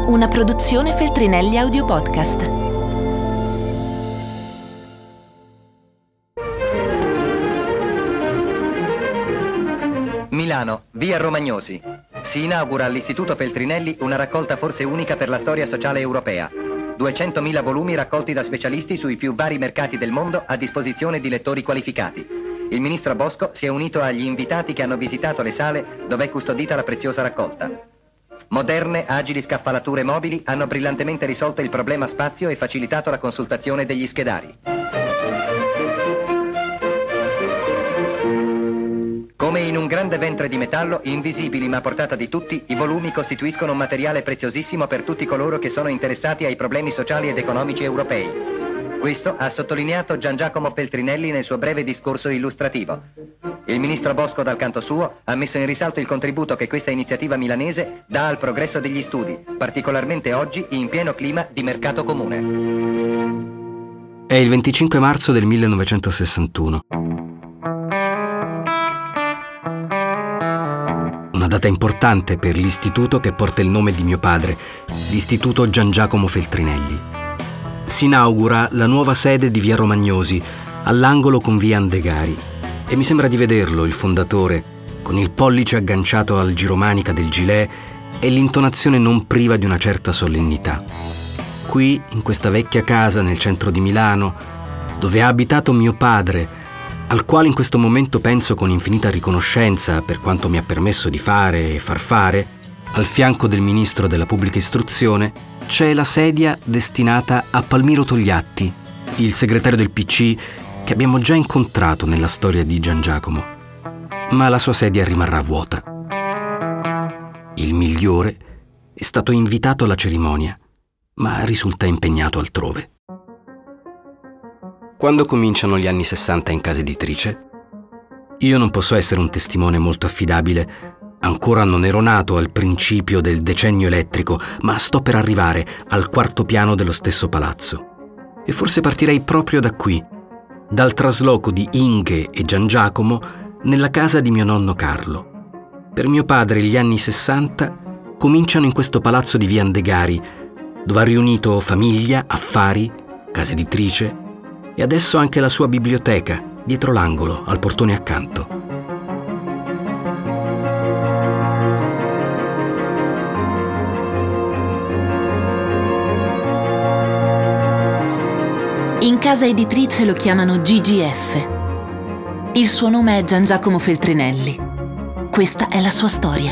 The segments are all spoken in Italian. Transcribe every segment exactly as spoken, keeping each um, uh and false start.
Una produzione Feltrinelli Audio Podcast. Milano, via Romagnosi. Si inaugura all'Istituto Feltrinelli una raccolta forse unica per la storia sociale europea. duecentomila volumi raccolti da specialisti sui più vari mercati del mondo a disposizione di lettori qualificati. Il ministro Bosco si è unito agli invitati che hanno visitato le sale dove è custodita la preziosa raccolta. Moderne, agili scaffalature mobili hanno brillantemente risolto il problema spazio e facilitato la consultazione degli schedari. Come in un grande ventre di metallo, invisibili ma a portata di tutti, i volumi costituiscono un materiale preziosissimo per tutti coloro che sono interessati ai problemi sociali ed economici europei. Questo ha sottolineato Gian Giacomo Feltrinelli nel suo breve discorso illustrativo. Il ministro Bosco, dal canto suo, ha messo in risalto il contributo che questa iniziativa milanese dà al progresso degli studi, particolarmente oggi in pieno clima di mercato comune. È il venticinque marzo del millenovecentosessantuno. Una data importante per l'istituto che porta il nome di mio padre, l'Istituto Gian Giacomo Feltrinelli. Si inaugura la nuova sede di via Romagnosi, all'angolo con via Andegari, e mi sembra di vederlo, il fondatore, con il pollice agganciato al giromanica del gilet e l'intonazione non priva di una certa solennità. Qui, in questa vecchia casa nel centro di Milano, dove ha abitato mio padre, al quale in questo momento penso con infinita riconoscenza per quanto mi ha permesso di fare e far fare, al fianco del ministro della pubblica istruzione, c'è la sedia destinata a Palmiro Togliatti, il segretario del P C che abbiamo già incontrato nella storia di Gian Giacomo. Ma la sua sedia rimarrà vuota. Il migliore è stato invitato alla cerimonia, ma risulta impegnato altrove. Quando cominciano gli anni sessanta in casa editrice? Io non posso essere un testimone molto affidabile. Ancora non ero nato al principio del decennio elettrico, ma sto per arrivare al quarto piano dello stesso palazzo. E forse partirei proprio da qui, dal trasloco di Inghe e Gian Giacomo nella casa di mio nonno Carlo. Per mio padre gli anni sessanta cominciano in questo palazzo di via Andegari, dove ha riunito famiglia, affari, casa editrice e adesso anche la sua biblioteca, dietro l'angolo, al portone accanto. In casa editrice lo chiamano G G F. Il suo nome è Gian Giacomo Feltrinelli. Questa è la sua storia.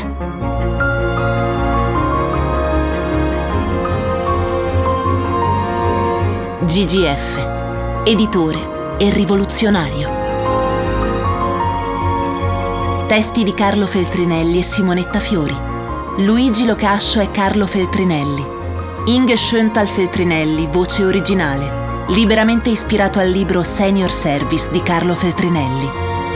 G G F, editore e rivoluzionario. Testi di Carlo Feltrinelli e Simonetta Fiori. Luigi Locascio e Carlo Feltrinelli. Inge Schöntal Feltrinelli, voce originale. Liberamente ispirato al libro Senior Service di Carlo Feltrinelli.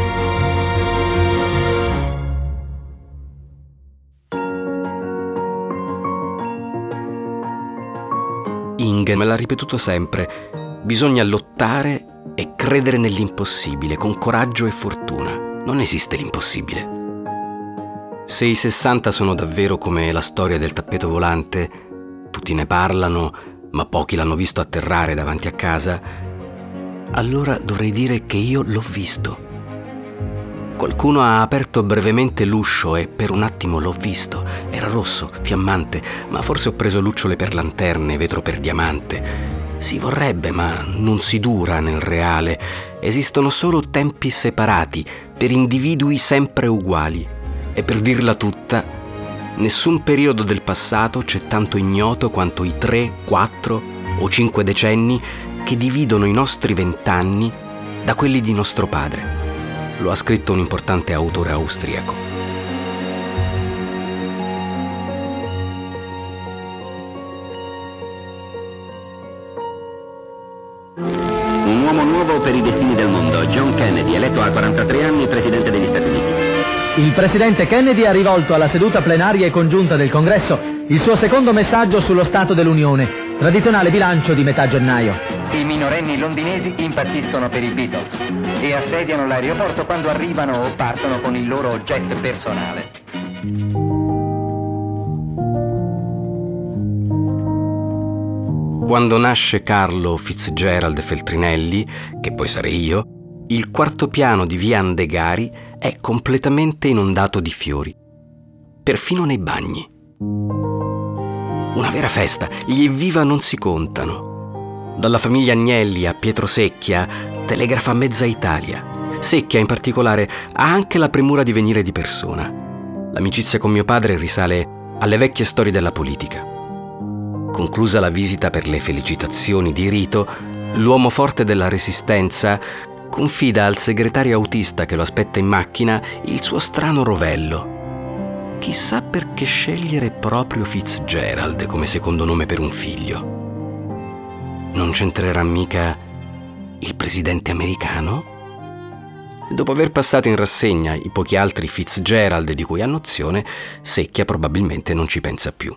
Inge me l'ha ripetuto sempre: bisogna lottare e credere nell'impossibile con coraggio e fortuna. Non esiste l'impossibile. Se i sessanta sono davvero come la storia del tappeto volante, tutti ne parlano, ma pochi l'hanno visto atterrare davanti a casa, allora dovrei dire che io l'ho visto. Qualcuno ha aperto brevemente l'uscio e per un attimo l'ho visto. Era rosso, fiammante, ma forse ho preso lucciole per lanterne, vetro per diamante. Si vorrebbe, ma non si dura nel reale. Esistono solo tempi separati, per individui sempre uguali. E per dirla tutta, nessun periodo del passato c'è tanto ignoto quanto i tre, quattro o cinque decenni che dividono i nostri vent'anni da quelli di nostro padre. Lo ha scritto un importante autore austriaco. Un uomo nuovo per i destini del mondo, John Kennedy, eletto a quarantatré anni presidente degli Stati Uniti. Il presidente Kennedy ha rivolto alla seduta plenaria e congiunta del Congresso il suo secondo messaggio sullo Stato dell'Unione, tradizionale bilancio di metà gennaio. I minorenni londinesi impazziscono per i Beatles e assediano l'aeroporto quando arrivano o partono con il loro jet personale. Quando nasce Carlo Fitzgerald Feltrinelli, che poi sarei io, il quarto piano di via Andegari è completamente inondato di fiori, perfino nei bagni. Una vera festa, gli evviva non si contano. Dalla famiglia Agnelli a Pietro Secchia telegrafa mezza Italia. Secchia in particolare ha anche la premura di venire di persona. L'amicizia con mio padre risale alle vecchie storie della politica. Conclusa la visita per le felicitazioni di rito, l'uomo forte della Resistenza confida al segretario autista che lo aspetta in macchina il suo strano rovello. Chissà perché scegliere proprio Fitzgerald come secondo nome per un figlio. Non c'entrerà mica il presidente americano? Dopo aver passato in rassegna i pochi altri Fitzgerald di cui ha nozione, Secchia probabilmente non ci pensa più.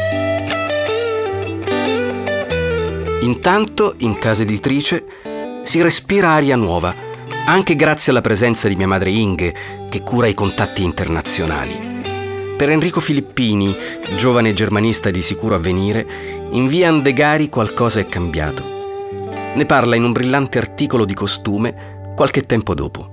Intanto, in casa editrice, si respira aria nuova, anche grazie alla presenza di mia madre Inge, che cura i contatti internazionali. Per Enrico Filippini, giovane germanista di sicuro avvenire, in via Andegari qualcosa è cambiato. Ne parla in un brillante articolo di costume qualche tempo dopo.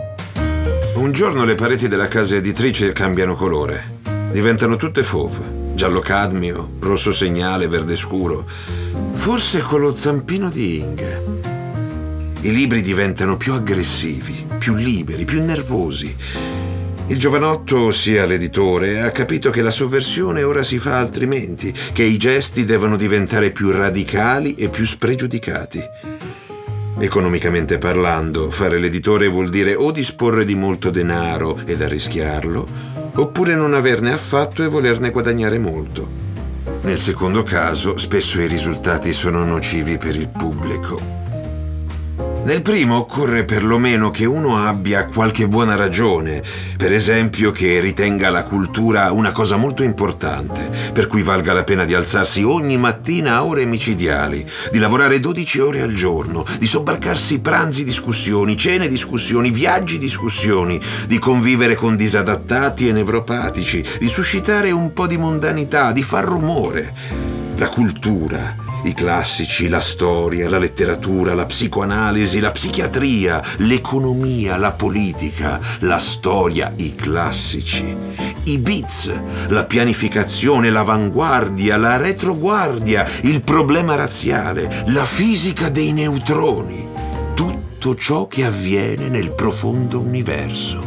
Un giorno le pareti della casa editrice cambiano colore. Diventano tutte fauve. Giallo cadmio, rosso segnale, verde scuro. Forse con lo zampino di Inge. I libri diventano più aggressivi, più liberi, più nervosi. Il giovanotto, ossia l'editore, ha capito che la sovversione ora si fa altrimenti, che i gesti devono diventare più radicali e più spregiudicati. Economicamente parlando, fare l'editore vuol dire o disporre di molto denaro ed arrischiarlo, oppure non averne affatto e volerne guadagnare molto. Nel secondo caso, spesso i risultati sono nocivi per il pubblico. Nel primo occorre perlomeno che uno abbia qualche buona ragione, per esempio che ritenga la cultura una cosa molto importante, per cui valga la pena di alzarsi ogni mattina a ore micidiali, di lavorare dodici ore al giorno, di sobbarcarsi pranzi discussioni, cene discussioni, viaggi discussioni, di convivere con disadattati e nevropatici, di suscitare un po' di mondanità, di far rumore. La cultura, i classici, la storia, la letteratura, la psicoanalisi, la psichiatria, l'economia, la politica, la storia, i classici, i beats, la pianificazione, l'avanguardia, la retroguardia, il problema razziale, la fisica dei neutroni, tutto ciò che avviene nel profondo universo.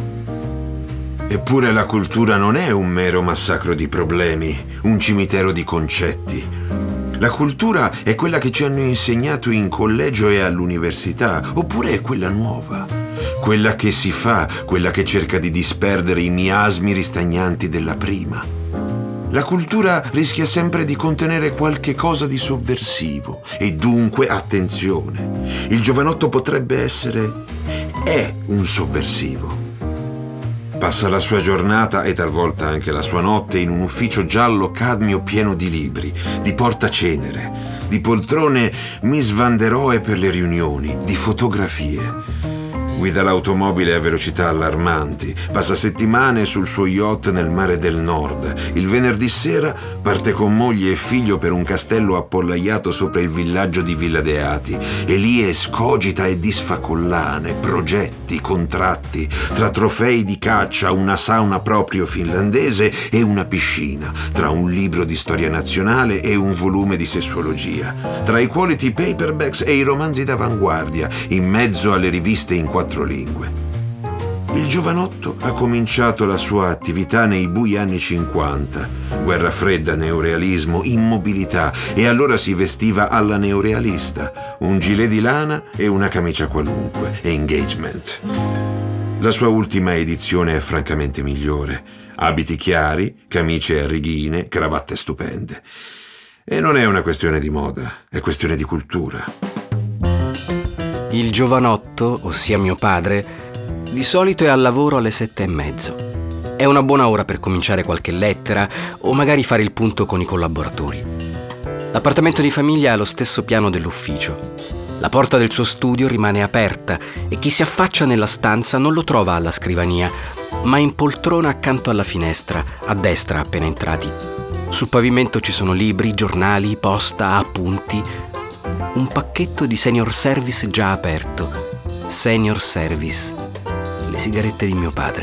Eppure la cultura non è un mero massacro di problemi, un cimitero di concetti. La cultura è quella che ci hanno insegnato in collegio e all'università, oppure è quella nuova, quella che si fa, quella che cerca di disperdere i miasmi ristagnanti della prima. La cultura rischia sempre di contenere qualche cosa di sovversivo e dunque, attenzione, il giovanotto potrebbe essere, è un sovversivo. Passa la sua giornata e talvolta anche la sua notte in un ufficio giallo cadmio pieno di libri, di portacenere, di poltrone Miss Van der Rohe per le riunioni, di fotografie. Guida l'automobile a velocità allarmanti, passa settimane sul suo yacht nel mare del nord. Il venerdì sera parte con moglie e figlio per un castello appollaiato sopra il villaggio di Villa Deati e lì escogita e disfacollane, progetti, contratti, tra trofei di caccia, una sauna proprio finlandese e una piscina, tra un libro di storia nazionale e un volume di sessuologia, tra i quality paperbacks e i romanzi d'avanguardia, in mezzo alle riviste in quattro lingue. Il giovanotto ha cominciato la sua attività nei bui anni cinquanta, guerra fredda, neorealismo, immobilità, e allora si vestiva alla neorealista, un gilet di lana e una camicia qualunque, engagement. La sua ultima edizione è francamente migliore, abiti chiari, camicie a righine, cravatte stupende. E non è una questione di moda, è questione di cultura. Il giovanotto, ossia mio padre, di solito è al lavoro alle sette e mezzo. È una buona ora per cominciare qualche lettera o magari fare il punto con i collaboratori. L'appartamento di famiglia è allo stesso piano dell'ufficio. La porta del suo studio rimane aperta e chi si affaccia nella stanza non lo trova alla scrivania, ma in poltrona accanto alla finestra, a destra appena entrati. Sul pavimento ci sono libri, giornali, posta, appunti. Un pacchetto di Senior Service già aperto. Senior Service. Le sigarette di mio padre.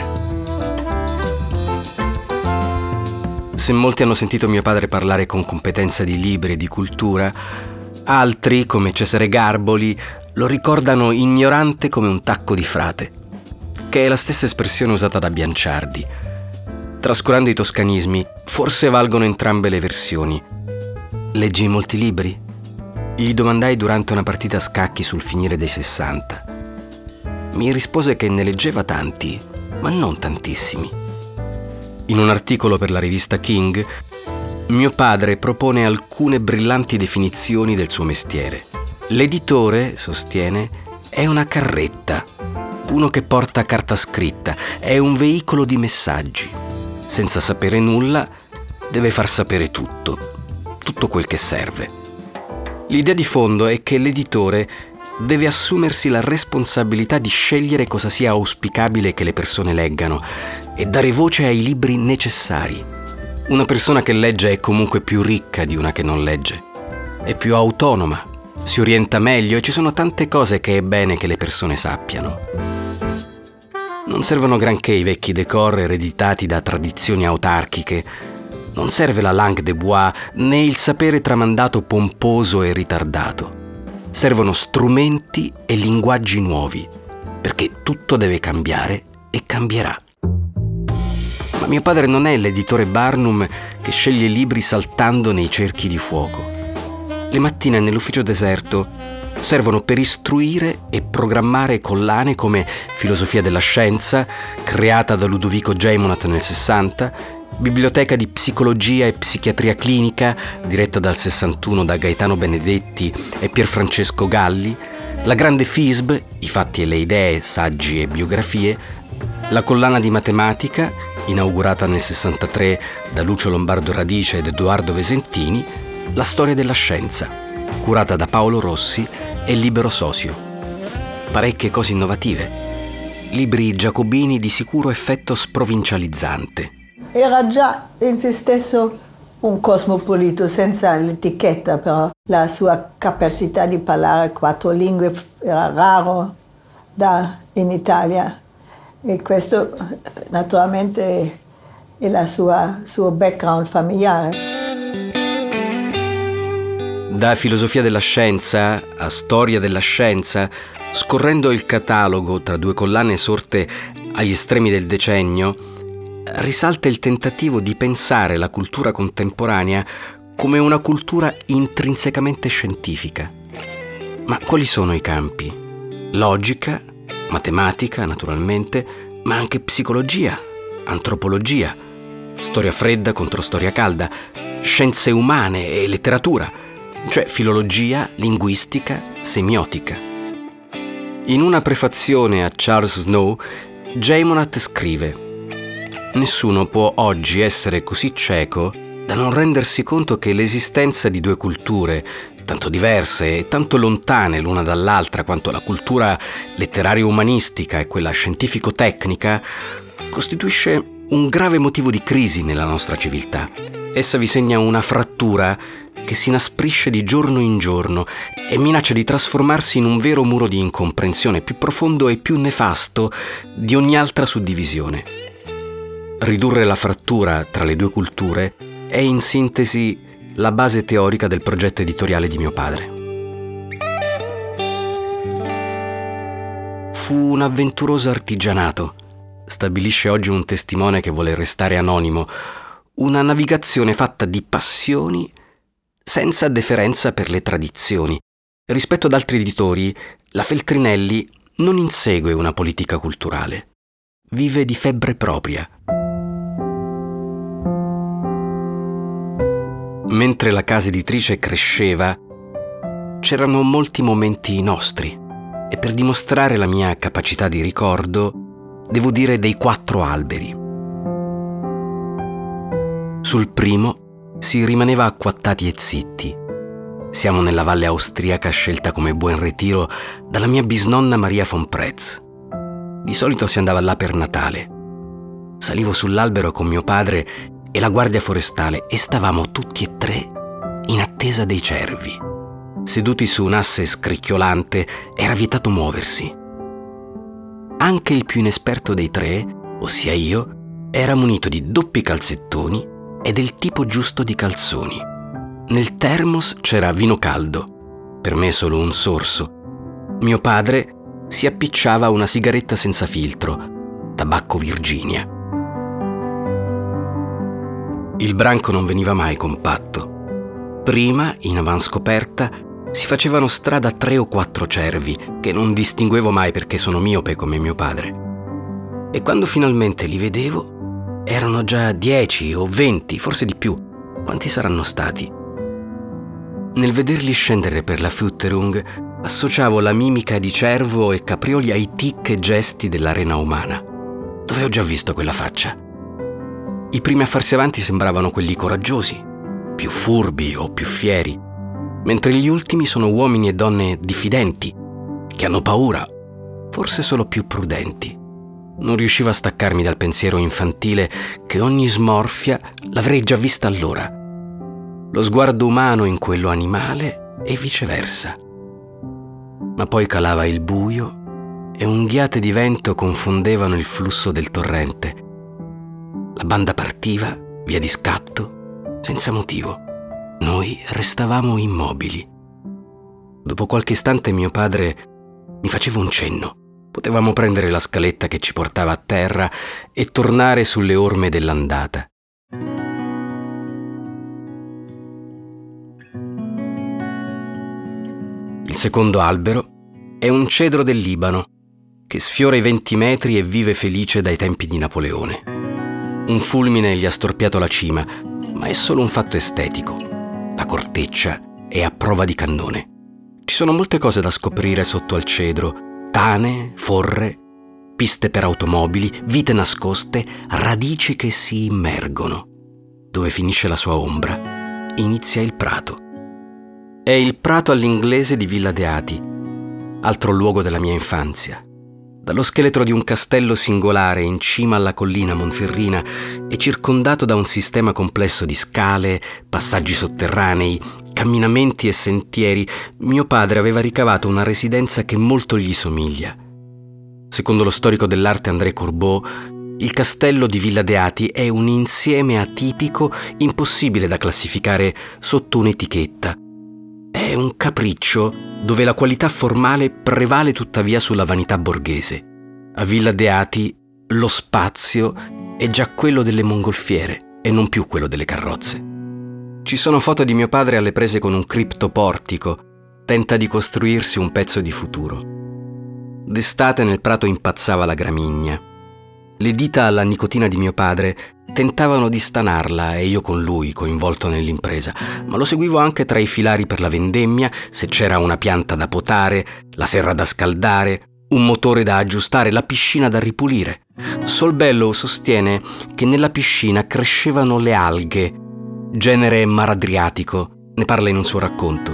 Se molti hanno sentito mio padre parlare con competenza di libri e di cultura, altri, come Cesare Garboli, lo ricordano ignorante come un tacco di frate, che è la stessa espressione usata da Bianciardi. Trascurando i toscanismi, forse valgono entrambe le versioni. Leggi molti libri? Gli domandai durante una partita a scacchi sul finire dei sessanta. Mi rispose che ne leggeva tanti, ma non tantissimi. In un articolo per la rivista King, mio padre propone alcune brillanti definizioni del suo mestiere. L'editore, sostiene, è una carretta, uno che porta carta scritta, è un veicolo di messaggi. Senza sapere nulla, deve far sapere tutto, tutto quel che serve. L'idea di fondo è che l'editore deve assumersi la responsabilità di scegliere cosa sia auspicabile che le persone leggano e dare voce ai libri necessari. Una persona che legge è comunque più ricca di una che non legge, è più autonoma, si orienta meglio e ci sono tante cose che è bene che le persone sappiano. Non servono granché i vecchi decor ereditati da tradizioni autarchiche. Non serve la langue de bois né il sapere tramandato pomposo e ritardato. Servono strumenti e linguaggi nuovi, perché tutto deve cambiare e cambierà. Ma mio padre non è l'editore Barnum che sceglie libri saltando nei cerchi di fuoco. Le mattine nell'ufficio deserto servono per istruire e programmare collane come Filosofia della scienza, creata da Ludovico Geimonat nel sessanta, Biblioteca di psicologia e psichiatria clinica, diretta dal sessantuno da Gaetano Benedetti e Pierfrancesco Galli, la grande F I S B, I fatti e le idee, saggi e biografie, la collana di matematica, inaugurata nel sessantatré da Lucio Lombardo Radice ed Edoardo Vesentini, la storia della scienza, curata da Paolo Rossi e Libero Socio. Parecchie cose innovative. Libri giacobini di sicuro effetto sprovincializzante. Era già in se stesso un cosmopolito, senza l'etichetta, però la sua capacità di parlare quattro lingue era raro da, in Italia. E questo naturalmente è il suo background familiare. Da filosofia della scienza a storia della scienza, scorrendo il catalogo tra due collane sorte agli estremi del decennio, risalta il tentativo di pensare la cultura contemporanea come una cultura intrinsecamente scientifica. Ma quali sono i campi? Logica, matematica, naturalmente, ma anche psicologia, antropologia, storia fredda contro storia calda, scienze umane e letteratura, cioè filologia, linguistica, semiotica. In una prefazione a Charles Snow, Geimonat scrive: nessuno può oggi essere così cieco da non rendersi conto che l'esistenza di due culture, tanto diverse e tanto lontane l'una dall'altra quanto la cultura letterario-umanistica e quella scientifico-tecnica, costituisce un grave motivo di crisi nella nostra civiltà. Essa vi segna una frattura che si inasprisce di giorno in giorno e minaccia di trasformarsi in un vero muro di incomprensione più profondo e più nefasto di ogni altra suddivisione. Ridurre la frattura tra le due culture è in sintesi la base teorica del progetto editoriale di mio padre. Fu un avventuroso artigianato, stabilisce oggi un testimone che vuole restare anonimo, una navigazione fatta di passioni senza deferenza per le tradizioni. Rispetto ad altri editori, la Feltrinelli non insegue una politica culturale, vive di febbre propria. Mentre la casa editrice cresceva, c'erano molti momenti nostri e per dimostrare la mia capacità di ricordo, devo dire dei quattro alberi. Sul primo si rimaneva acquattati e zitti. Siamo nella valle austriaca scelta come buon ritiro dalla mia bisnonna Maria von Pretz. Di solito si andava là per Natale. Salivo sull'albero con mio padre e la guardia forestale e stavamo tutti e tre in attesa dei cervi. Seduti su un asse scricchiolante era vietato muoversi. Anche il più inesperto dei tre, ossia io, era munito di doppi calzettoni e del tipo giusto di calzoni. Nel termos c'era vino caldo, per me solo un sorso. Mio padre si appicciava una sigaretta senza filtro, tabacco Virginia. Il branco non veniva mai compatto. Prima, in avanscoperta, si facevano strada tre o quattro cervi, che non distinguevo mai perché sono miope come mio padre. E quando finalmente li vedevo, erano già dieci o venti, forse di più. Quanti saranno stati? Nel vederli scendere per la Futterung, associavo la mimica di cervo e caprioli ai tic e gesti dell'arena umana. Dove ho già visto quella faccia? I primi a farsi avanti sembravano quelli coraggiosi, più furbi o più fieri, mentre gli ultimi sono uomini e donne diffidenti, che hanno paura, forse solo più prudenti. Non riuscivo a staccarmi dal pensiero infantile che ogni smorfia l'avrei già vista allora. Lo sguardo umano in quello animale e viceversa. Ma poi calava il buio e unghiate di vento confondevano il flusso del torrente. La banda partiva, via di scatto, senza motivo. Noi restavamo immobili. Dopo qualche istante mio padre mi faceva un cenno. Potevamo prendere la scaletta che ci portava a terra e tornare sulle orme dell'andata. Il secondo albero è un cedro del Libano che sfiora i venti metri e vive felice dai tempi di Napoleone. Un fulmine gli ha storpiato la cima, ma è solo un fatto estetico. La corteccia è a prova di cannone. Ci sono molte cose da scoprire sotto al cedro: tane, forre, piste per automobili, vite nascoste, radici che si immergono. Dove finisce la sua ombra, inizia il prato. È il prato all'inglese di Villa Deati, altro luogo della mia infanzia. Dallo scheletro di un castello singolare in cima alla collina monferrina e circondato da un sistema complesso di scale, passaggi sotterranei, camminamenti e sentieri, mio padre aveva ricavato una residenza che molto gli somiglia. Secondo lo storico dell'arte André Corbeau, il castello di Villa Deati è un insieme atipico impossibile da classificare sotto un'etichetta. È un capriccio dove la qualità formale prevale tuttavia sulla vanità borghese. A Villa Deati lo spazio è già quello delle mongolfiere e non più quello delle carrozze. Ci sono foto di mio padre alle prese con un criptoportico. Tenta di costruirsi un pezzo di futuro. D'estate nel prato impazzava la gramigna. Le dita alla nicotina di mio padre tentavano di stanarla e io con lui, coinvolto nell'impresa, ma lo seguivo anche tra i filari per la vendemmia, se c'era una pianta da potare, la serra da scaldare, un motore da aggiustare, la piscina da ripulire. Solbello sostiene che nella piscina crescevano le alghe, genere Mar Adriatico, ne parla in un suo racconto.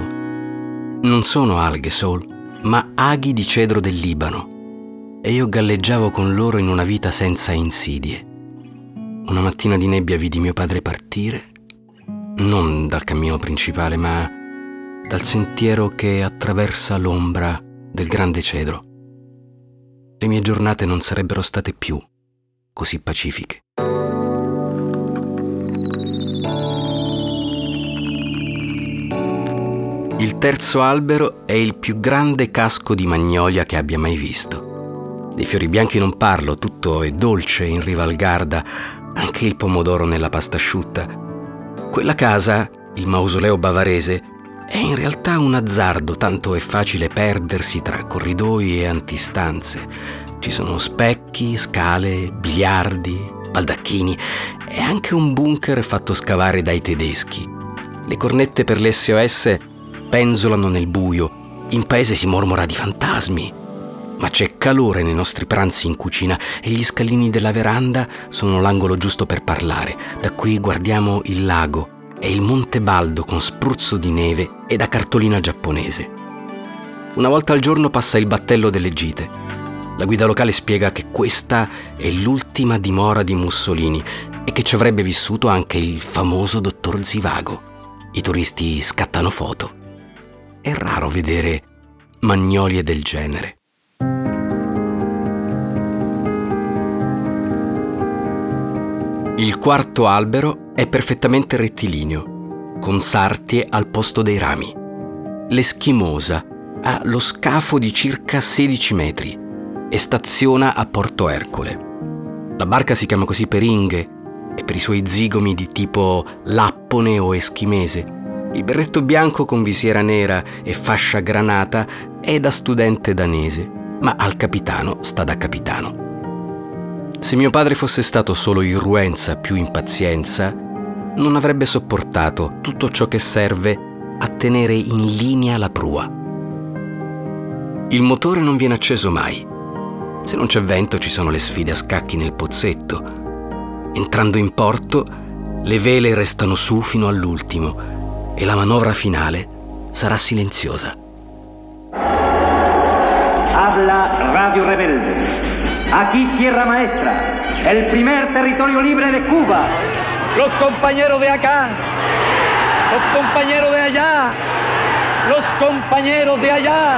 Non sono alghe, Sol, ma aghi di cedro del Libano. E io galleggiavo con loro in una vita senza insidie. Una mattina di nebbia vidi mio padre partire, non dal cammino principale, ma dal sentiero che attraversa l'ombra del grande cedro. Le mie giornate non sarebbero state più così pacifiche. Il terzo albero è il più grande casco di magnolia che abbia mai visto. Dei fiori bianchi non parlo, tutto è dolce in riva al Garda, anche il pomodoro nella pasta asciutta. Quella casa, il mausoleo bavarese, è in realtà un azzardo, tanto è facile perdersi tra corridoi e antistanze. Ci sono specchi, scale, biliardi, baldacchini e anche un bunker fatto scavare dai tedeschi. Le cornette per l'esse o esse penzolano nel buio, in paese si mormora di fantasmi. Ma c'è calore nei nostri pranzi in cucina e gli scalini della veranda sono l'angolo giusto per parlare. Da qui guardiamo il lago e il Monte Baldo con spruzzo di neve e da cartolina giapponese. Una volta al giorno passa il battello delle gite. La guida locale spiega che questa è l'ultima dimora di Mussolini e che ci avrebbe vissuto anche il famoso dottor Zivago. I turisti scattano foto. È raro vedere magnolie del genere. Il quarto albero è perfettamente rettilineo, con sartie al posto dei rami. L'Eschimosa ha lo scafo di circa sedici metri e staziona a Porto Ercole. La barca si chiama così per Inge e per i suoi zigomi di tipo lappone o eschimese. Il berretto bianco con visiera nera e fascia granata è da studente danese, ma al capitano sta da capitano. Se mio padre fosse stato solo irruenza più impazienza, non avrebbe sopportato tutto ciò che serve a tenere in linea la prua. Il motore non viene acceso mai. Se non c'è vento ci sono le sfide a scacchi nel pozzetto. Entrando in porto, le vele restano su fino all'ultimo e la manovra finale sarà silenziosa. Habla Radio Rebelde. Aquí Sierra Maestra, el primer territorio libre de Cuba. Los compañeros de acá, los compañeros de allá, los compañeros de allá.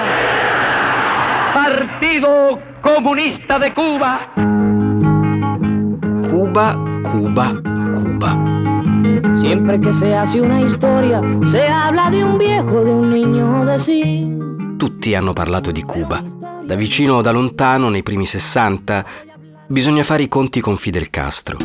Partido Comunista de Cuba. Cuba, Cuba, Cuba. Siempre que se hace una historia, se habla de un viejo, de un niño, de sí. Tutti hanno parlato di Cuba. Da vicino o da lontano, nei primi sessanta, bisogna fare i conti con Fidel Castro.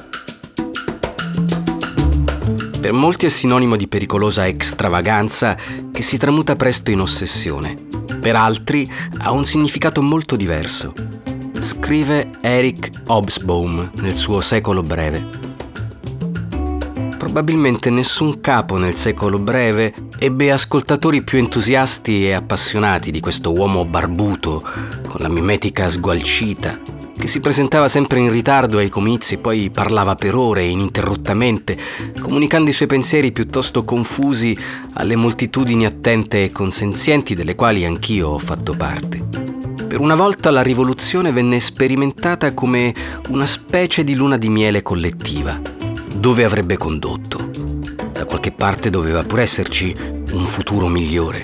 Per molti è sinonimo di pericolosa extravaganza che si tramuta presto in ossessione. Per altri ha un significato molto diverso. Scrive Eric Hobsbawm nel suo Secolo Breve. Probabilmente nessun capo nel Secolo Breve ebbe ascoltatori più entusiasti e appassionati di questo uomo barbuto, con la mimetica sgualcita, che si presentava sempre in ritardo ai comizi e poi parlava per ore ininterrottamente, comunicando i suoi pensieri piuttosto confusi alle moltitudini attente e consenzienti delle quali anch'io ho fatto parte. Per una volta la rivoluzione venne sperimentata come una specie di luna di miele collettiva. Dove avrebbe condotto? Da qualche parte doveva pur esserci un futuro migliore.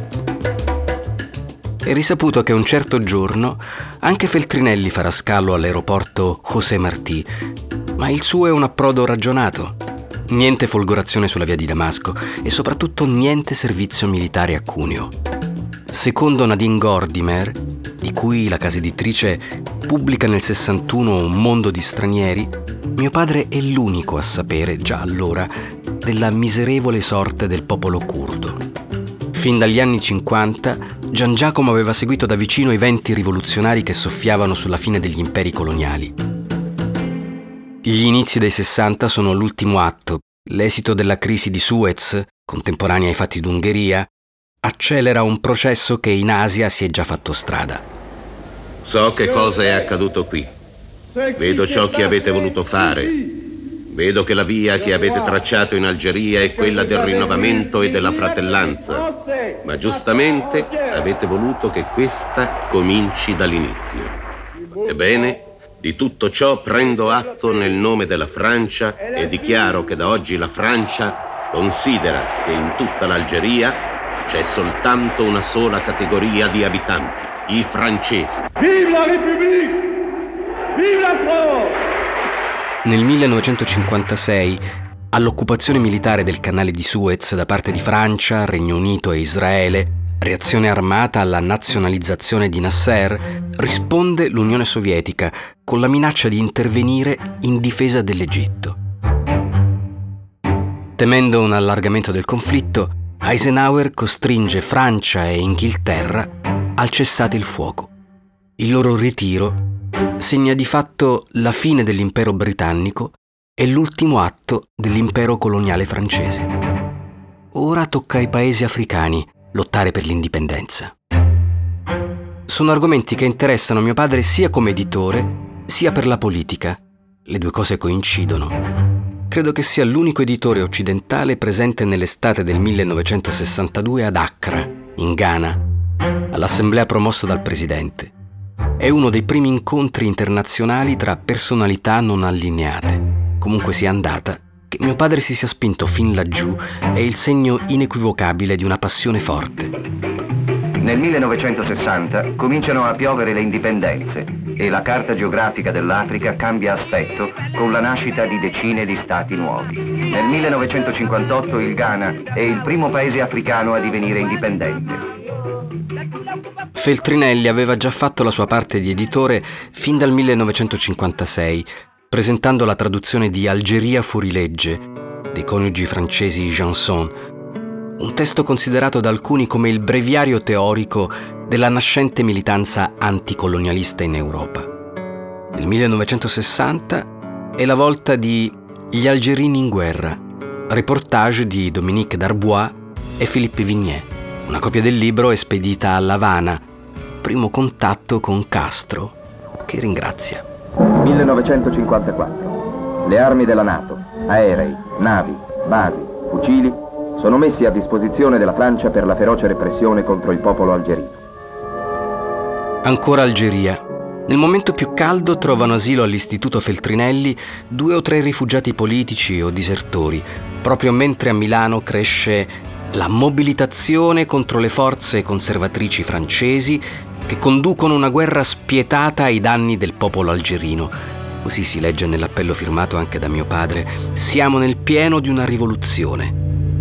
È risaputo che un certo giorno anche Feltrinelli farà scalo all'aeroporto José Martí, ma il suo è un approdo ragionato. Niente folgorazione sulla via di Damasco e soprattutto niente servizio militare a Cuneo. Secondo Nadine Gordimer, di cui la casa editrice pubblica nel sessantuno Un mondo di stranieri, mio padre è l'unico a sapere, già allora, della miserevole sorte del popolo curdo. Fin dagli anni cinquanta, Gian Giacomo aveva seguito da vicino i venti rivoluzionari che soffiavano sulla fine degli imperi coloniali. Gli inizi dei sessanta sono l'ultimo atto. L'esito della crisi di Suez, contemporanea ai fatti d'Ungheria, accelera un processo che in Asia si è già fatto strada. So che cosa è accaduto qui. Vedo ciò che avete voluto fare. Vedo che la via che avete tracciato in Algeria è quella del rinnovamento e della fratellanza. Ma giustamente avete voluto che questa cominci dall'inizio. Ebbene, di tutto ciò prendo atto nel nome della Francia e dichiaro che da oggi la Francia considera che in tutta l'Algeria c'è soltanto una sola categoria di abitanti, i francesi. Vive la République! Vive la France! Nel millenovecentocinquantasei, all'occupazione militare del canale di Suez da parte di Francia, Regno Unito e Israele, reazione armata alla nazionalizzazione di Nasser, risponde l'Unione Sovietica con la minaccia di intervenire in difesa dell'Egitto. Temendo un allargamento del conflitto, Eisenhower costringe Francia e Inghilterra al cessate il fuoco. Il loro ritiro segna di fatto la fine dell'impero britannico e l'ultimo atto dell'impero coloniale francese. Ora tocca ai paesi africani lottare per l'indipendenza. Sono argomenti che interessano mio padre sia come editore, sia per la politica. Le due cose coincidono. Credo che sia l'unico editore occidentale presente nell'estate del millenovecentosessantadue ad Accra, in Ghana, all'assemblea promossa dal presidente. È uno dei primi incontri internazionali tra personalità non allineate, comunque sia andata, che mio padre si sia spinto fin laggiù è il segno inequivocabile di una passione forte. Nel millenovecentosessanta cominciano a piovere le indipendenze e la carta geografica dell'Africa cambia aspetto con la nascita di decine di stati nuovi. Nel millenovecentocinquantotto il Ghana è il primo paese africano a divenire indipendente. Feltrinelli aveva già fatto la sua parte di editore fin dal millenovecentocinquantasei, presentando la traduzione di Algeria fuorilegge dei coniugi francesi Janson, un testo considerato da alcuni come il breviario teorico della nascente militanza anticolonialista in Europa. Nel millenovecentosessanta è la volta di Gli algerini in guerra, reportage di Dominique Darbois e Philippe Vignet. Una copia del libro è spedita a L'Avana, primo contatto con Castro, che ringrazia. millenovecentocinquantaquattro. Le armi della NATO, aerei, navi, basi, fucili sono messi a disposizione della Francia per la feroce repressione contro il popolo algerino. Ancora Algeria. Nel momento più caldo trovano asilo all'Istituto Feltrinelli due o tre rifugiati politici o disertori, proprio mentre a Milano cresce la mobilitazione contro le forze conservatrici francesi che conducono una guerra spietata ai danni del popolo algerino. Così si legge nell'appello firmato anche da mio padre. Siamo nel pieno di una rivoluzione.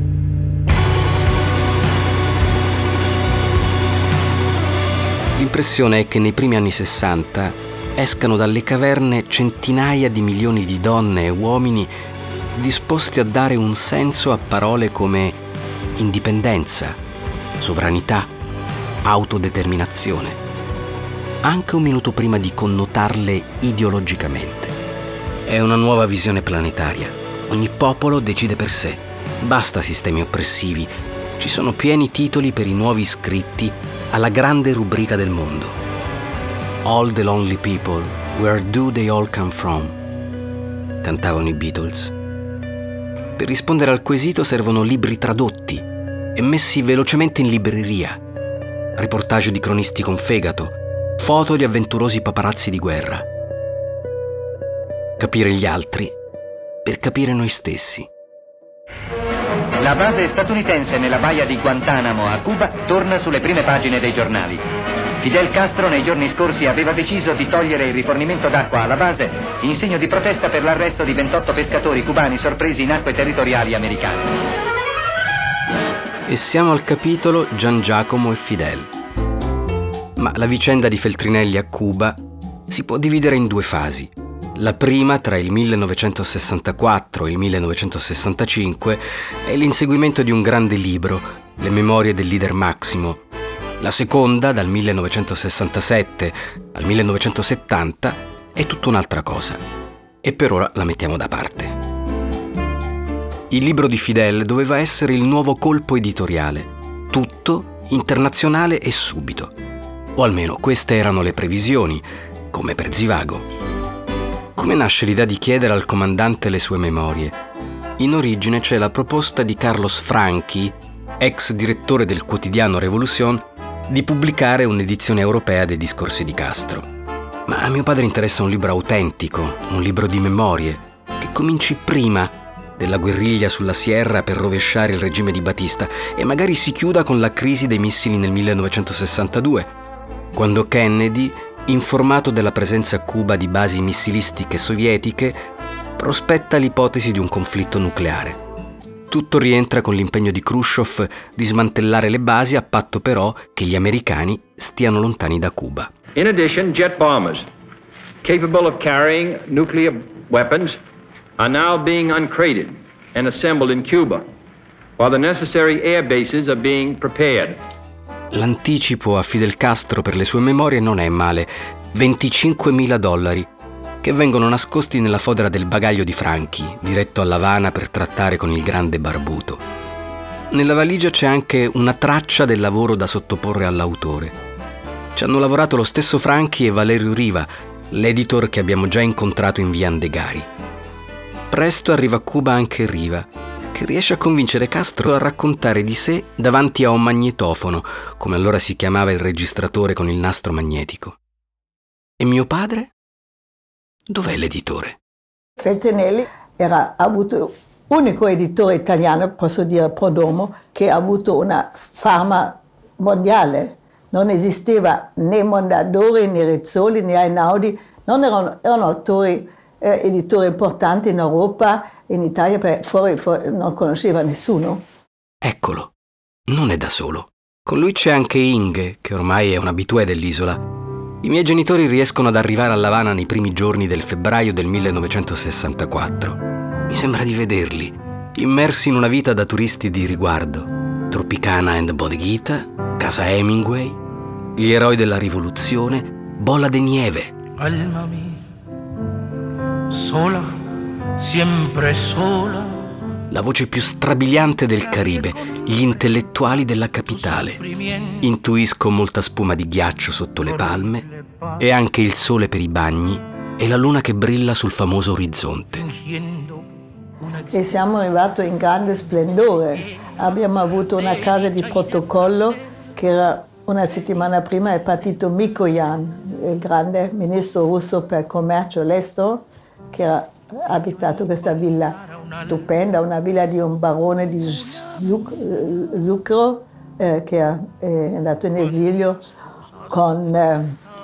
L'impressione è che nei primi anni sessanta escano dalle caverne centinaia di milioni di donne e uomini disposti a dare un senso a parole come indipendenza, sovranità, autodeterminazione, anche un minuto prima di connotarle ideologicamente. È una nuova visione planetaria. Ogni popolo decide per sé. Basta sistemi oppressivi. Ci sono pieni titoli per i nuovi iscritti alla grande rubrica del mondo. All the lonely people, where do they all come from? Cantavano i Beatles. Per rispondere al quesito servono libri tradotti e messi velocemente in libreria, reportage di cronisti con fegato, foto di avventurosi paparazzi di guerra. Capire gli altri per capire noi stessi. La base statunitense nella baia di Guantanamo a Cuba torna sulle prime pagine dei giornali. Fidel Castro nei giorni scorsi aveva deciso di togliere il rifornimento d'acqua alla base in segno di protesta per l'arresto di ventotto pescatori cubani sorpresi in acque territoriali americane. E siamo al capitolo Gian Giacomo e Fidel. Ma la vicenda di Feltrinelli a Cuba si può dividere in due fasi. La prima, tra il millenovecentosessantaquattro e il millenovecentosessantacinque, è l'inseguimento di un grande libro, Le memorie del leader Maximo. La seconda, dal millenovecentosessantasette al millenovecentosettanta, è tutta un'altra cosa. E per ora la mettiamo da parte. Il libro di Fidel doveva essere il nuovo colpo editoriale. Tutto, internazionale e subito. O almeno queste erano le previsioni, come per Zivago. Come nasce l'idea di chiedere al comandante le sue memorie? In origine c'è la proposta di Carlos Franchi, ex direttore del quotidiano Revolution, di pubblicare un'edizione europea dei discorsi di Castro. Ma a mio padre interessa un libro autentico, un libro di memorie, che cominci prima della guerriglia sulla Sierra per rovesciare il regime di Batista e magari si chiuda con la crisi dei missili nel millenovecentosessantadue, quando Kennedy, informato della presenza a Cuba di basi missilistiche sovietiche, prospetta l'ipotesi di un conflitto nucleare. Tutto rientra con l'impegno di Khrushchev di smantellare le basi a patto però che gli americani stiano lontani da Cuba. In addition, jet bombers capable of carrying nuclear weapons are now being uncrated and assembled in Cuba, while the necessary air bases are being prepared. L'anticipo a Fidel Castro per le sue memorie non è male, venticinquemila dollari, che vengono nascosti nella fodera del bagaglio di Franchi, diretto a L'Avana per trattare con il grande barbuto. Nella valigia c'è anche una traccia del lavoro da sottoporre all'autore. Ci hanno lavorato lo stesso Franchi e Valerio Riva, l'editor che abbiamo già incontrato in via Andegari. Presto arriva a Cuba anche Riva, che riesce a convincere Castro a raccontare di sé davanti a un magnetofono, come allora si chiamava il registratore con il nastro magnetico. E mio padre? Dov'è l'editore? Feltrinelli era avuto unico editore italiano, posso dire Prodomo, che ha avuto una fama mondiale. Non esisteva né Mondadori, né Rizzoli, né Einaudi, non erano, erano autori, eh, editori importanti in Europa, in Italia, per fuori, fuori non conosceva nessuno. Eccolo, non è da solo. Con lui c'è anche Inge, che ormai è un abitué dell'isola. I miei genitori riescono ad arrivare a L'Avana nei primi giorni del febbraio del millenovecentosessantaquattro. Mi sembra di vederli, immersi in una vita da turisti di riguardo. Tropicana and Bodeguita, Casa Hemingway, gli eroi della rivoluzione, Bola de Nieve. Alma mia, sola, sempre sola. La voce più strabiliante del Caribe, gli intellettuali della capitale. Intuisco molta spuma di ghiaccio sotto le palme e anche il sole per i bagni e la luna che brilla sul famoso orizzonte. E siamo arrivati in grande splendore. Abbiamo avuto una casa di protocollo che era una settimana prima è partito Mikoyan, il grande ministro russo per commercio all'estero, che ha abitato questa villa stupenda, una villa di un barone di zucchero eh, che è andato in esilio con eh,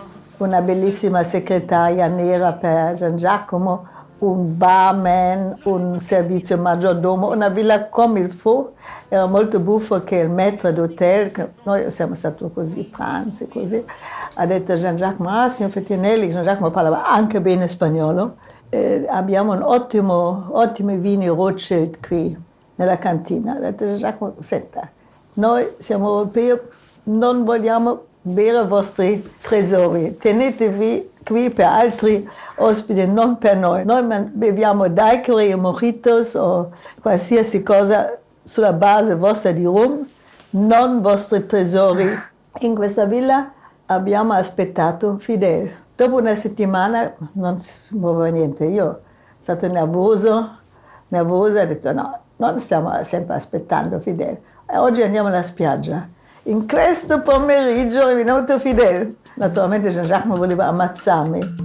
una bellissima segretaria nera per Gian Giacomo, un barman, un servizio maggiordomo, una villa come il faut. Era molto buffo che il maître d'hotel, che noi siamo stati così, pranzi, così, ha detto a Gian Giacomo, ah, signor Feltrinelli, Gian Giacomo parlava anche bene spagnolo, eh, abbiamo un ottimo, ottimi vini Rothschild qui, nella cantina. Ha detto Gian Giacomo, senta, noi siamo europei, non vogliamo bere i vostri tesori, tenetevi qui per altri ospiti, non per noi. Noi beviamo daiquiri e mojitos o qualsiasi cosa sulla base vostra di rum, non vostri tesori. In questa villa abbiamo aspettato Fidel. Dopo una settimana non si muoveva niente. Io sono stato nervoso, nervosa, ho detto no, non stiamo sempre aspettando Fidel. E oggi andiamo alla spiaggia. In questo pomeriggio è venuto Fidel. Naturalmente Gian Giacomo voleva ammazzarmi.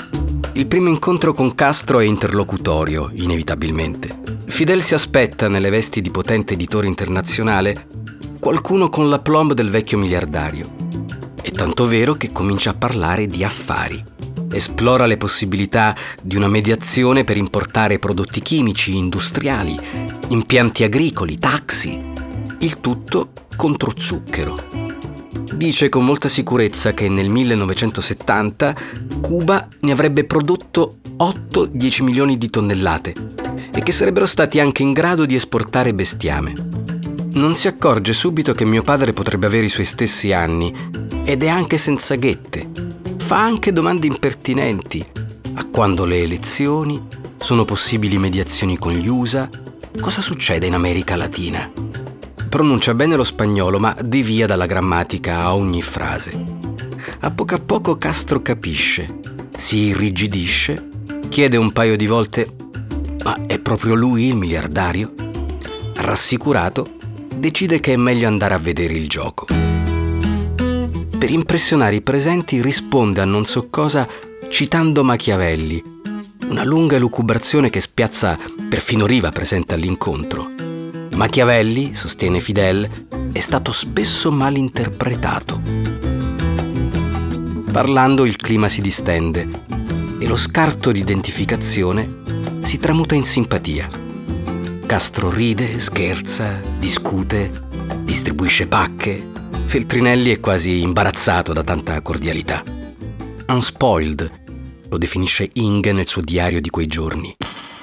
Il primo incontro con Castro è interlocutorio, inevitabilmente. Fidel si aspetta, nelle vesti di potente editore internazionale, qualcuno con l'aplomb del vecchio miliardario. È tanto vero che comincia a parlare di affari. Esplora le possibilità di una mediazione per importare prodotti chimici, industriali, impianti agricoli, taxi. Il tutto contro zucchero. Dice con molta sicurezza che nel millenovecentosettanta Cuba ne avrebbe prodotto otto dieci milioni di tonnellate e che sarebbero stati anche in grado di esportare bestiame. Non si accorge subito che mio padre potrebbe avere i suoi stessi anni ed è anche senza ghette. Fa anche domande impertinenti. A quando le elezioni? Sono possibili mediazioni con gli U S A? Cosa succede in America Latina? Pronuncia bene lo spagnolo, ma devia dalla grammatica a ogni frase. A poco a poco Castro capisce, si irrigidisce, chiede un paio di volte «Ma è proprio lui il miliardario?» Rassicurato, decide che è meglio andare a vedere il gioco. Per impressionare i presenti risponde a non so cosa citando Machiavelli, una lunga elucubrazione che spiazza perfino Riva presente all'incontro. Machiavelli, sostiene Fidel, è stato spesso malinterpretato. Parlando il clima si distende e lo scarto di identificazione si tramuta in simpatia. Castro ride, scherza, discute, distribuisce pacche. Feltrinelli è quasi imbarazzato da tanta cordialità. Unspoiled, lo definisce Inge nel suo diario di quei giorni.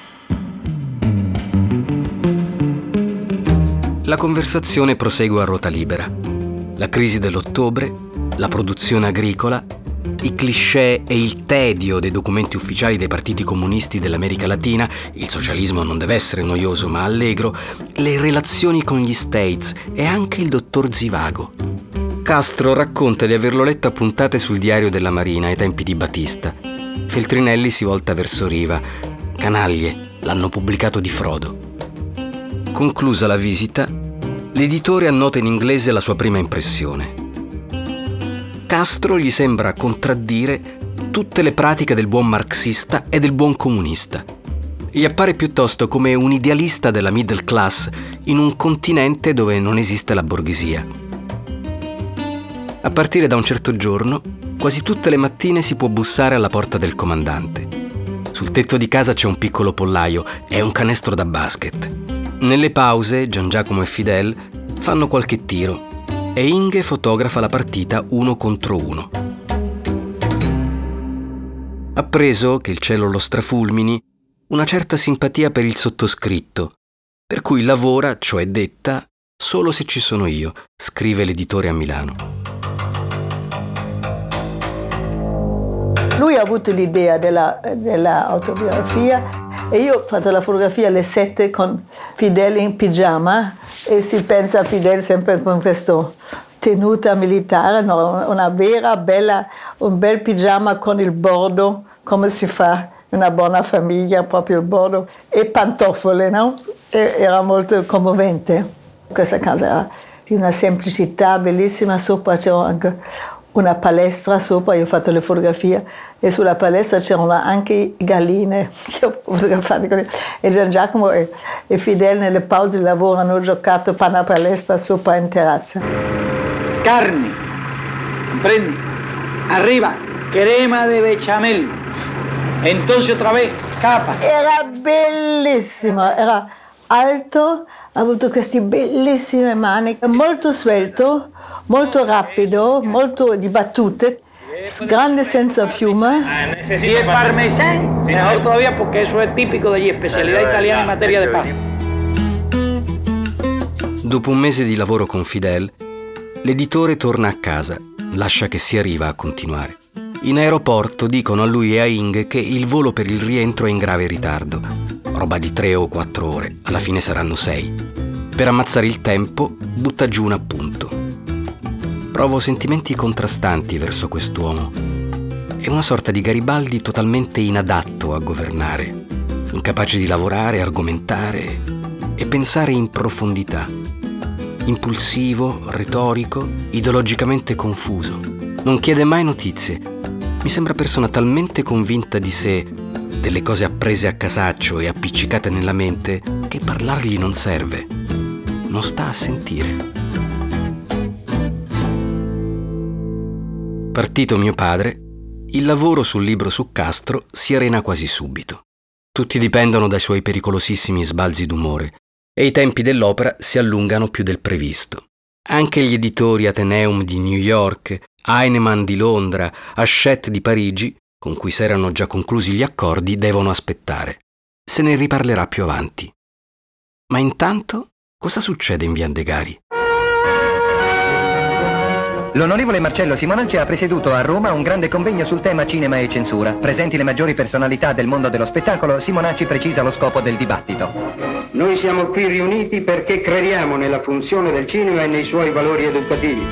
La conversazione prosegue a ruota libera. La crisi dell'ottobre, la produzione agricola, i cliché e il tedio dei documenti ufficiali dei partiti comunisti dell'America Latina, il socialismo non deve essere noioso ma allegro, le relazioni con gli States e anche il dottor Zivago. Castro racconta di averlo letto a puntate sul diario della Marina ai tempi di Batista. Feltrinelli si volta verso Riva. Canaglie, l'hanno pubblicato di frodo. Conclusa la visita, l'editore annota in inglese la sua prima impressione. Castro gli sembra contraddire tutte le pratiche del buon marxista e del buon comunista. gli appare piuttosto come un idealista della middle class in un continente dove non esiste la borghesia. A partire da un certo giorno, quasi tutte le mattine si può bussare alla porta del comandante. Sul tetto di casa c'è un piccolo pollaio e un canestro da basket. Nelle pause, Gian Giacomo e Fidel fanno qualche tiro e Inge fotografa la partita uno contro uno. Appreso che il cielo lo strafulmini, una certa simpatia per il sottoscritto, per cui lavora, cioè detta, solo se ci sono io, scrive l'editore a Milano. Lui ha avuto l'idea della, della autobiografia e io ho fatto la fotografia alle sette con Fidel in pigiama e si pensa a Fidel sempre con questa tenuta militare, no? Una vera bella, un bel pigiama con il bordo, come si fa una buona famiglia, proprio il bordo, e pantofole, no? E era molto commovente. Questa casa era di una semplicità bellissima, sopra c'era anche una palestra, sopra io ho fatto le fotografie e sulla palestra c'erano anche galline che ho fotografato. E Gian Giacomo e, e Fidel nelle pause di lavoro hanno giocato per una palestra sopra in terrazza. Carne, comprendi? Arriba, crema de bechamel. Entonces otra vez, capa. Era bellissimo, era alto, ha avuto queste bellissime maniche, molto svelto, molto rapido, molto di battute, grande senso of humor. Si es parmesán, mejor todavía porque eso es típico degli especialità italiane in materia di pasta. Dopo un mese di lavoro con Fidel, l'editore torna a casa, lascia che sia Riva a continuare. In aeroporto dicono a lui e a Inge che il volo per il rientro è in grave ritardo, roba di tre o quattro ore, alla fine saranno sei. Per ammazzare il tempo, butta giù un appunto. Provo sentimenti contrastanti verso quest'uomo. È una sorta di Garibaldi totalmente inadatto a governare, incapace di lavorare, argomentare e pensare in profondità. Impulsivo, retorico, ideologicamente confuso. Non chiede mai notizie. Mi sembra persona talmente convinta di sé, delle cose apprese a casaccio e appiccicate nella mente, che parlargli non serve. Non sta a sentire. Partito mio padre, il lavoro sul libro su Castro si arena quasi subito. Tutti dipendono dai suoi pericolosissimi sbalzi d'umore e i tempi dell'opera si allungano più del previsto. Anche gli editori Atheneum di New York, Heinemann di Londra, Hachette di Parigi, con cui si erano già conclusi gli accordi, devono aspettare. Se ne riparlerà più avanti. Ma intanto, cosa succede in via Andegari? L'onorevole Marcello Simonacci ha presieduto a Roma un grande convegno sul tema cinema e censura. Presenti le maggiori personalità del mondo dello spettacolo, Simonacci precisa lo scopo del dibattito. Noi siamo qui riuniti perché crediamo nella funzione del cinema e nei suoi valori educativi.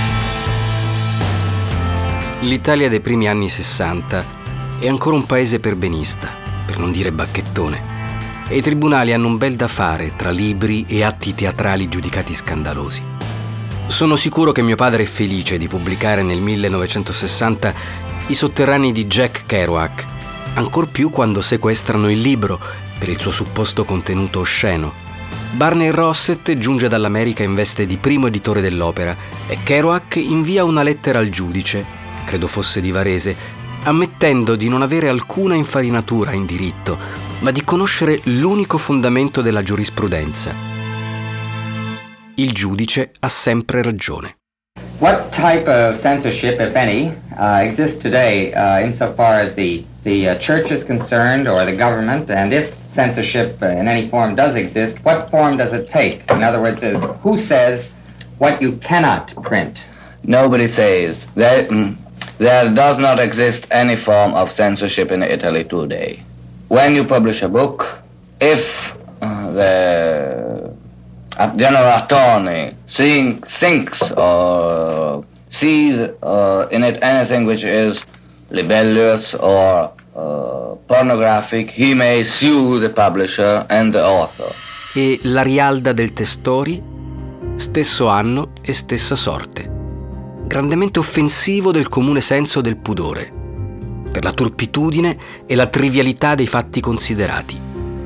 L'Italia dei primi anni sessanta è ancora un paese perbenista, per non dire bacchettone, e i tribunali hanno un bel da fare tra libri e atti teatrali giudicati scandalosi. Sono sicuro che mio padre è felice di pubblicare nel millenovecentosessanta I sotterranei di Jack Kerouac, ancor più quando sequestrano il libro per il suo supposto contenuto osceno. Barney Rosset giunge dall'America in veste di primo editore dell'opera e Kerouac invia una lettera al giudice, credo fosse di Varese, ammettendo di non avere alcuna infarinatura in diritto, ma di conoscere l'unico fondamento della giurisprudenza. Il giudice ha sempre ragione. What type of censorship, if any, uh, exists today uh, insofar as the, the uh, church is concerned or the government, and if censorship uh, in any form does exist, what form does it take? In other words, is who says what you cannot print? Nobody says. There, mm, there does not exist any form of censorship in Italy today. When you publish a book, if uh, the a general attorney seeing, thinks or sees uh, in it anything which is libellous or uh, pornographic, he may sue the publisher and the author. E l'Arialda del Testori? Stesso anno e stessa sorte. Grandemente offensivo del comune senso del pudore, per la turpitudine e la trivialità dei fatti considerati.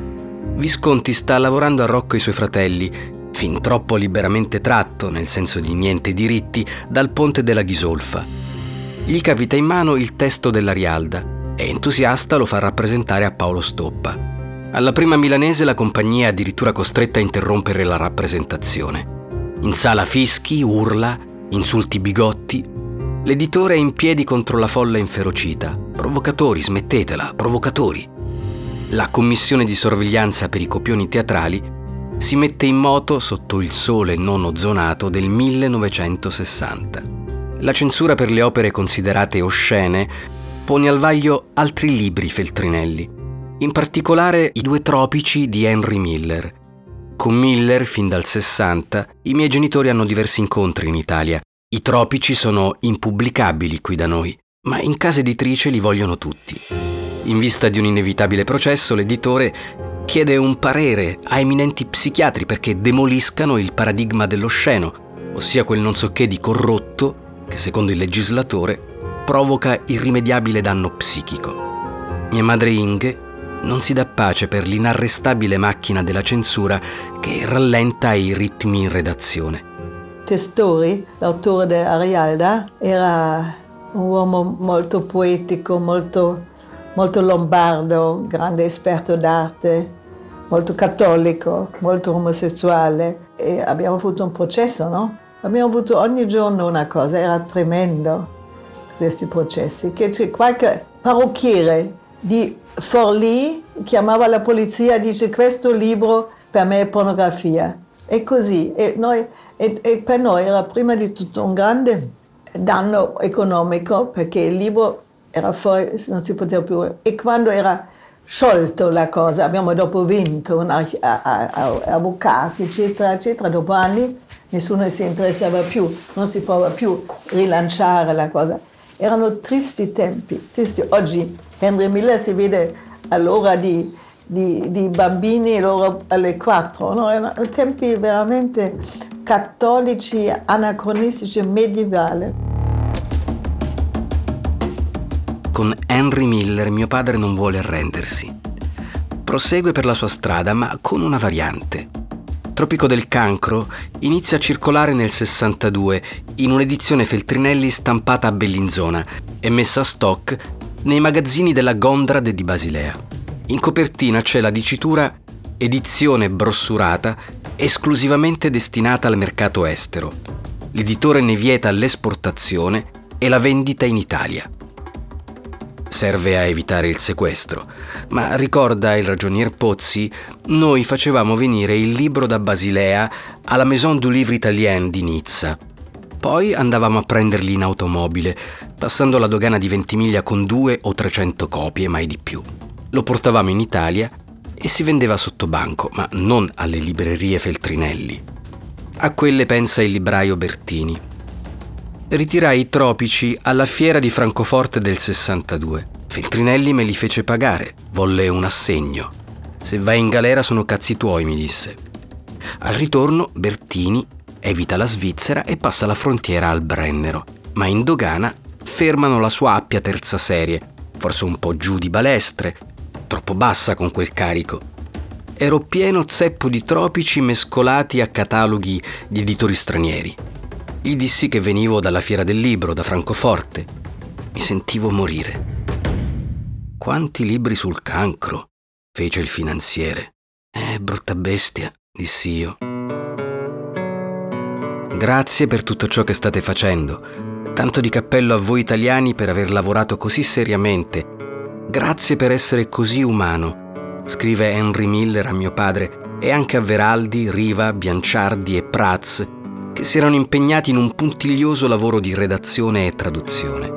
Visconti sta lavorando a Rocco e i suoi fratelli, fin troppo liberamente tratto, nel senso di niente diritti, dal ponte della Ghisolfa. Gli capita in mano il testo dell'Arialda e entusiasta lo fa rappresentare a Paolo Stoppa. Alla prima milanese la compagnia è addirittura costretta a interrompere la rappresentazione. In sala fischi, urla, insulti bigotti. L'editore è in piedi contro la folla inferocita. Provocatori, smettetela, provocatori. La commissione di sorveglianza per i copioni teatrali si mette in moto sotto il sole non ozonato del millenovecentosessanta. La censura per le opere considerate oscene pone al vaglio altri libri Feltrinelli, in particolare I due tropici di Henry Miller. Con Miller, fin dal sessanta, i miei genitori hanno diversi incontri in Italia. I tropici sono impubblicabili qui da noi, ma in casa editrice li vogliono tutti. In vista di un inevitabile processo, l'editore chiede un parere a eminenti psichiatri perché demoliscano il paradigma dell'osceno, ossia quel non so che di corrotto che, secondo il legislatore, provoca irrimediabile danno psichico. Mia madre Inge non si dà pace per l'inarrestabile macchina della censura che rallenta i ritmi in redazione. Testori, l'autore dell'Arialda, era un uomo molto poetico, molto, molto lombardo, grande esperto d'arte, molto cattolico, molto omosessuale. E abbiamo avuto un processo, no? Abbiamo avuto ogni giorno una cosa, era tremendo questi processi, che c'è qualche parrucchiere di Forlì chiamava la polizia e dice questo libro per me è pornografia. E così, e, noi, e, e per noi era prima di tutto un grande danno economico perché il libro era fuori, non si poteva più. E quando era sciolto la cosa, abbiamo dopo vinto un a, a, a, avvocati, eccetera, eccetera, dopo anni nessuno si interessava più, non si poteva più rilanciare la cosa. Erano tristi tempi, tristi. Oggi Henry Miller si vede all'ora di, di, di bambini, loro alle quattro, no? Erano tempi veramente cattolici, anacronistici, medievali. Con Henry Miller mio padre non vuole arrendersi. Prosegue per la sua strada, ma con una variante. Tropico del Cancro inizia a circolare nel sessantadue in un'edizione Feltrinelli stampata a Bellinzona e messa a stock nei magazzini della Gondrad di Basilea. In copertina c'è la dicitura edizione brossurata esclusivamente destinata al mercato estero. L'editore ne vieta l'esportazione e la vendita in Italia. Serve a evitare il sequestro, ma ricorda il ragionier Pozzi, noi facevamo venire il libro da Basilea alla Maison du Livre Italien di Nizza. Poi andavamo a prenderli in automobile, passando la dogana di Ventimiglia con due o trecento copie, mai di più. Lo portavamo in Italia e si vendeva sotto banco, ma non alle librerie Feltrinelli. A quelle pensa il libraio Bertini. Ritirai i tropici alla fiera di Francoforte del sessantadue. Feltrinelli me li fece pagare, volle un assegno. Se vai in galera sono cazzi tuoi, mi disse. Al ritorno Bertini evita la Svizzera e passa la frontiera al Brennero, ma in dogana fermano la sua Appia terza serie, forse un po' giù di balestre, troppo bassa con quel carico. Ero pieno zeppo di tropici mescolati a cataloghi di editori stranieri. Gli dissi che venivo dalla Fiera del Libro, da Francoforte. Mi sentivo morire. Quanti libri sul cancro, fece il finanziere. Eh, brutta bestia, dissi io. Grazie per tutto ciò che state facendo. Tanto di cappello a voi italiani per aver lavorato così seriamente. Grazie per essere così umano, scrive Henry Miller a mio padre e anche a Veraldi, Riva, Bianciardi e Prats, che si erano impegnati in un puntiglioso lavoro di redazione e traduzione.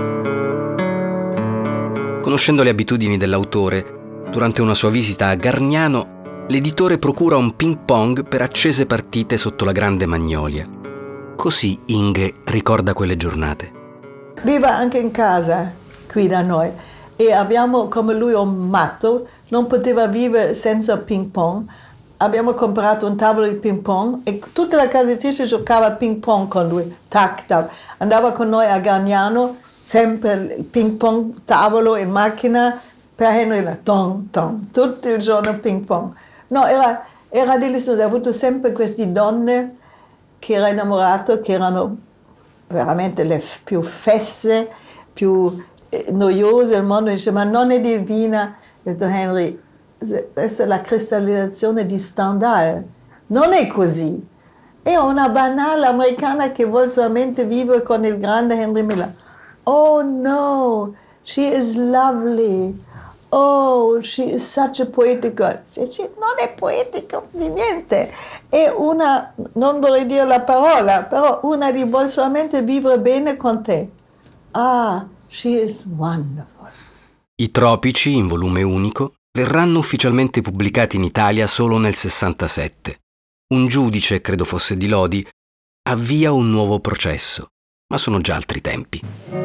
Conoscendo le abitudini dell'autore, durante una sua visita a Gargnano, l'editore procura un ping pong per accese partite sotto la grande magnolia. Così Inge ricorda quelle giornate. Viva anche in casa, qui da noi, e abbiamo come lui un matto, non poteva vivere senza ping pong. Abbiamo comprato un tavolo di ping pong e tutta la casa editrice giocava a ping pong con lui. Tac, tac. Andava con noi a Gargnano, sempre il ping pong tavolo in macchina per Henry, ton, ton, tutto il giorno ping pong. No, era, era delizioso. Ha avuto sempre queste donne che era innamorato, che erano veramente le f- più fesse, più eh, noiose del mondo. Dice, ma non è divina. Ho detto, Henry, adesso è la cristallizzazione di Stendhal. Non è così. È una banale americana che vuole solamente vivere con il grande Henry Miller. Oh no, she is lovely. Oh, she is such a poetic girl. Non è poetica di niente. È una, non vorrei dire la parola, però una che vuole solamente vivere bene con te. Ah, she is wonderful. I Tropici, in volume unico, verranno ufficialmente pubblicati in Italia solo nel sessantasette. Un giudice, credo fosse di Lodi, avvia un nuovo processo, ma sono già altri tempi.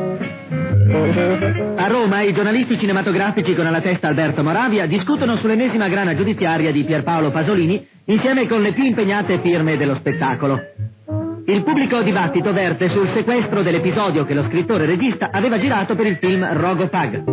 A Roma i giornalisti cinematografici con alla testa Alberto Moravia discutono sull'ennesima grana giudiziaria di Pierpaolo Pasolini insieme con le più impegnate firme dello spettacolo. Il pubblico dibattito verte sul sequestro dell'episodio che lo scrittore regista aveva girato per il film Rogo Pag.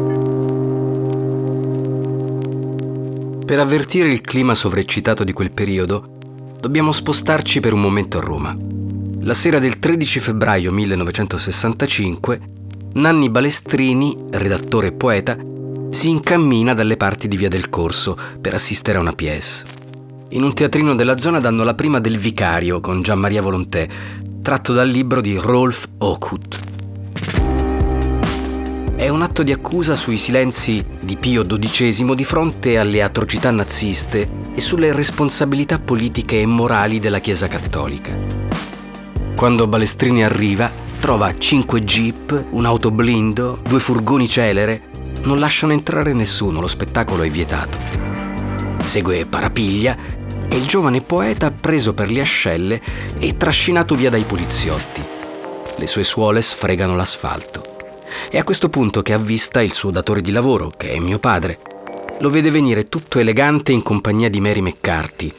Per avvertire il clima sovreccitato di quel periodo, dobbiamo spostarci per un momento a Roma. La sera del tredici febbraio millenovecentosessantacinque, Nanni Balestrini, redattore e poeta, si incammina dalle parti di Via del Corso per assistere a una pièce. In un teatrino della zona danno la prima del Vicario con Gian Maria Volontè, tratto dal libro di Rolf Okhut. È un atto di accusa sui silenzi di Pio dodicesimo di fronte alle atrocità naziste e sulle responsabilità politiche e morali della Chiesa cattolica. Quando Balestrini arriva, trova cinque jeep, un autoblindo, due furgoni Celere. Non lasciano entrare nessuno, lo spettacolo è vietato. Segue Parapiglia e il giovane poeta preso per le ascelle e trascinato via dai poliziotti. Le sue suole sfregano l'asfalto. È a questo punto che avvista il suo datore di lavoro, che è mio padre. Lo vede venire tutto elegante in compagnia di Mary McCarthy.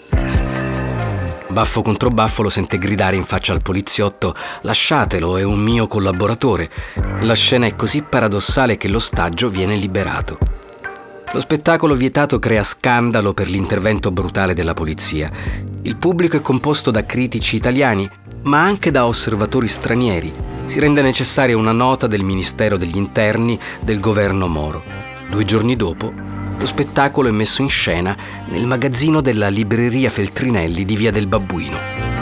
Baffo contro baffo lo sente gridare in faccia al poliziotto: «Lasciatelo, è un mio collaboratore». La scena è così paradossale che l'ostaggio viene liberato. Lo spettacolo vietato crea scandalo per l'intervento brutale della polizia. Il pubblico è composto da critici italiani, ma anche da osservatori stranieri. Si rende necessaria una nota del Ministero degli Interni del governo Moro. Due giorni dopo, lo spettacolo è messo in scena nel magazzino della libreria Feltrinelli di Via del Babbuino.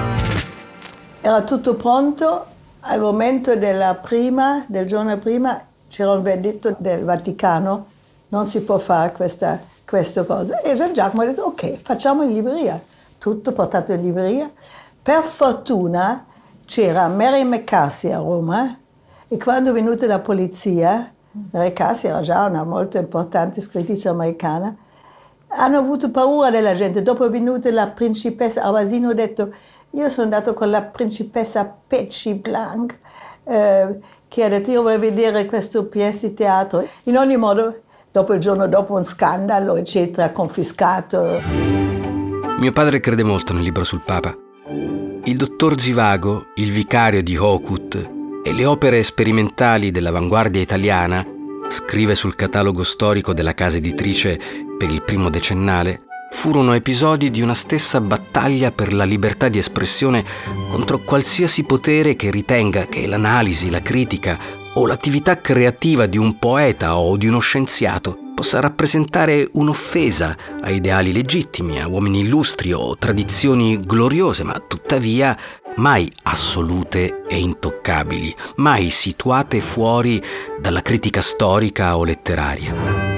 Era tutto pronto. Al momento della prima, del giorno prima, c'era un verdetto del Vaticano: non si può fare questa, questa cosa. E Gian Giacomo ha detto: ok, facciamo in libreria. Tutto portato in libreria. Per fortuna c'era Mary McCarthy a Roma, e quando è venuta la polizia, Mary McCarthy era già una molto importante scrittrice americana, hanno avuto paura della gente. Dopo è venuta la principessa Arbasino, ha detto: io sono andato con la principessa Pecci Blanc, eh, che ha detto: io voglio vedere questo pièce di teatro. In ogni modo, dopo il giorno dopo un scandalo, eccetera, confiscato. Mio padre crede molto nel libro sul Papa. Il dottor Zivago, il vicario di Okhut e le opere sperimentali dell'avanguardia italiana, scrive sul catalogo storico della casa editrice per il primo decennale, furono episodi di una stessa battaglia per la libertà di espressione contro qualsiasi potere che ritenga che l'analisi, la critica o l'attività creativa di un poeta o di uno scienziato possa rappresentare un'offesa a ideali legittimi, a uomini illustri o tradizioni gloriose, ma tuttavia mai assolute e intoccabili, mai situate fuori dalla critica storica o letteraria.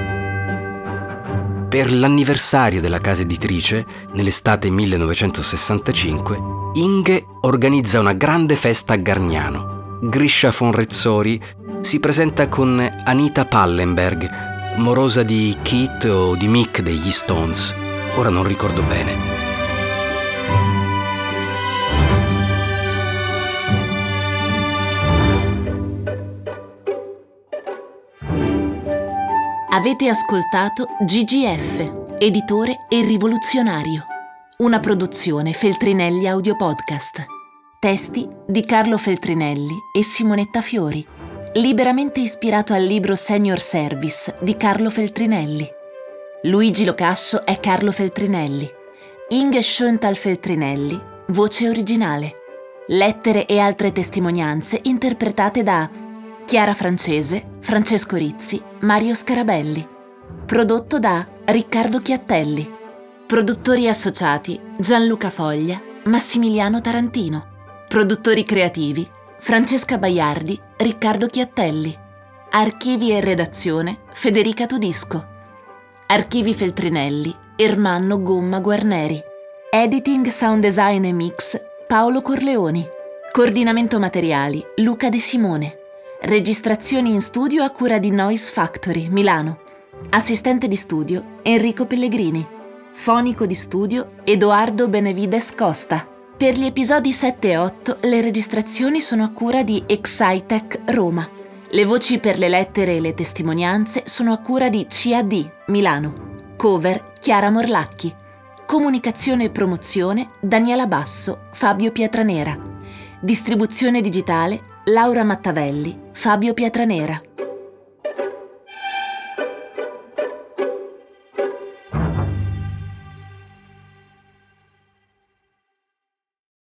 Per l'anniversario della casa editrice, nell'estate millenovecentosessantacinque, Inge organizza una grande festa a Gargnano. Grisha von Rezzori si presenta con Anita Pallenberg, morosa di Keith o di Mick degli Stones, ora non ricordo bene. Avete ascoltato G G F, editore e rivoluzionario. Una produzione Feltrinelli Audio Podcast. Testi di Carlo Feltrinelli e Simonetta Fiori. Liberamente ispirato al libro Senior Service di Carlo Feltrinelli. Luigi Locascio è Carlo Feltrinelli. Inge Schöntal-Feltrinelli, voce originale. Lettere e altre testimonianze interpretate da Chiara Francese, Francesco Rizzi, Mario Scarabelli. Prodotto da Riccardo Chiattelli. Produttori associati Gianluca Foglia, Massimiliano Tarantino. Produttori creativi Francesca Baiardi, Riccardo Chiattelli. Archivi e redazione Federica Tudisco. Archivi Feltrinelli Ermanno Gomma Guarneri. Editing, sound design e mix Paolo Corleoni. Coordinamento materiali Luca De Simone. Registrazioni in studio a cura di Noise Factory, Milano. Assistente di studio Enrico Pellegrini. Fonico di studio Edoardo Benevides Costa. Per gli episodi sette e otto le registrazioni sono a cura di Excitec Roma. Le voci per le lettere e le testimonianze sono a cura di C A D Milano. Cover Chiara Morlacchi. Comunicazione e promozione Daniela Basso, Fabio Pietranera. Distribuzione digitale Laura Mattavelli, Fabio Pietranera.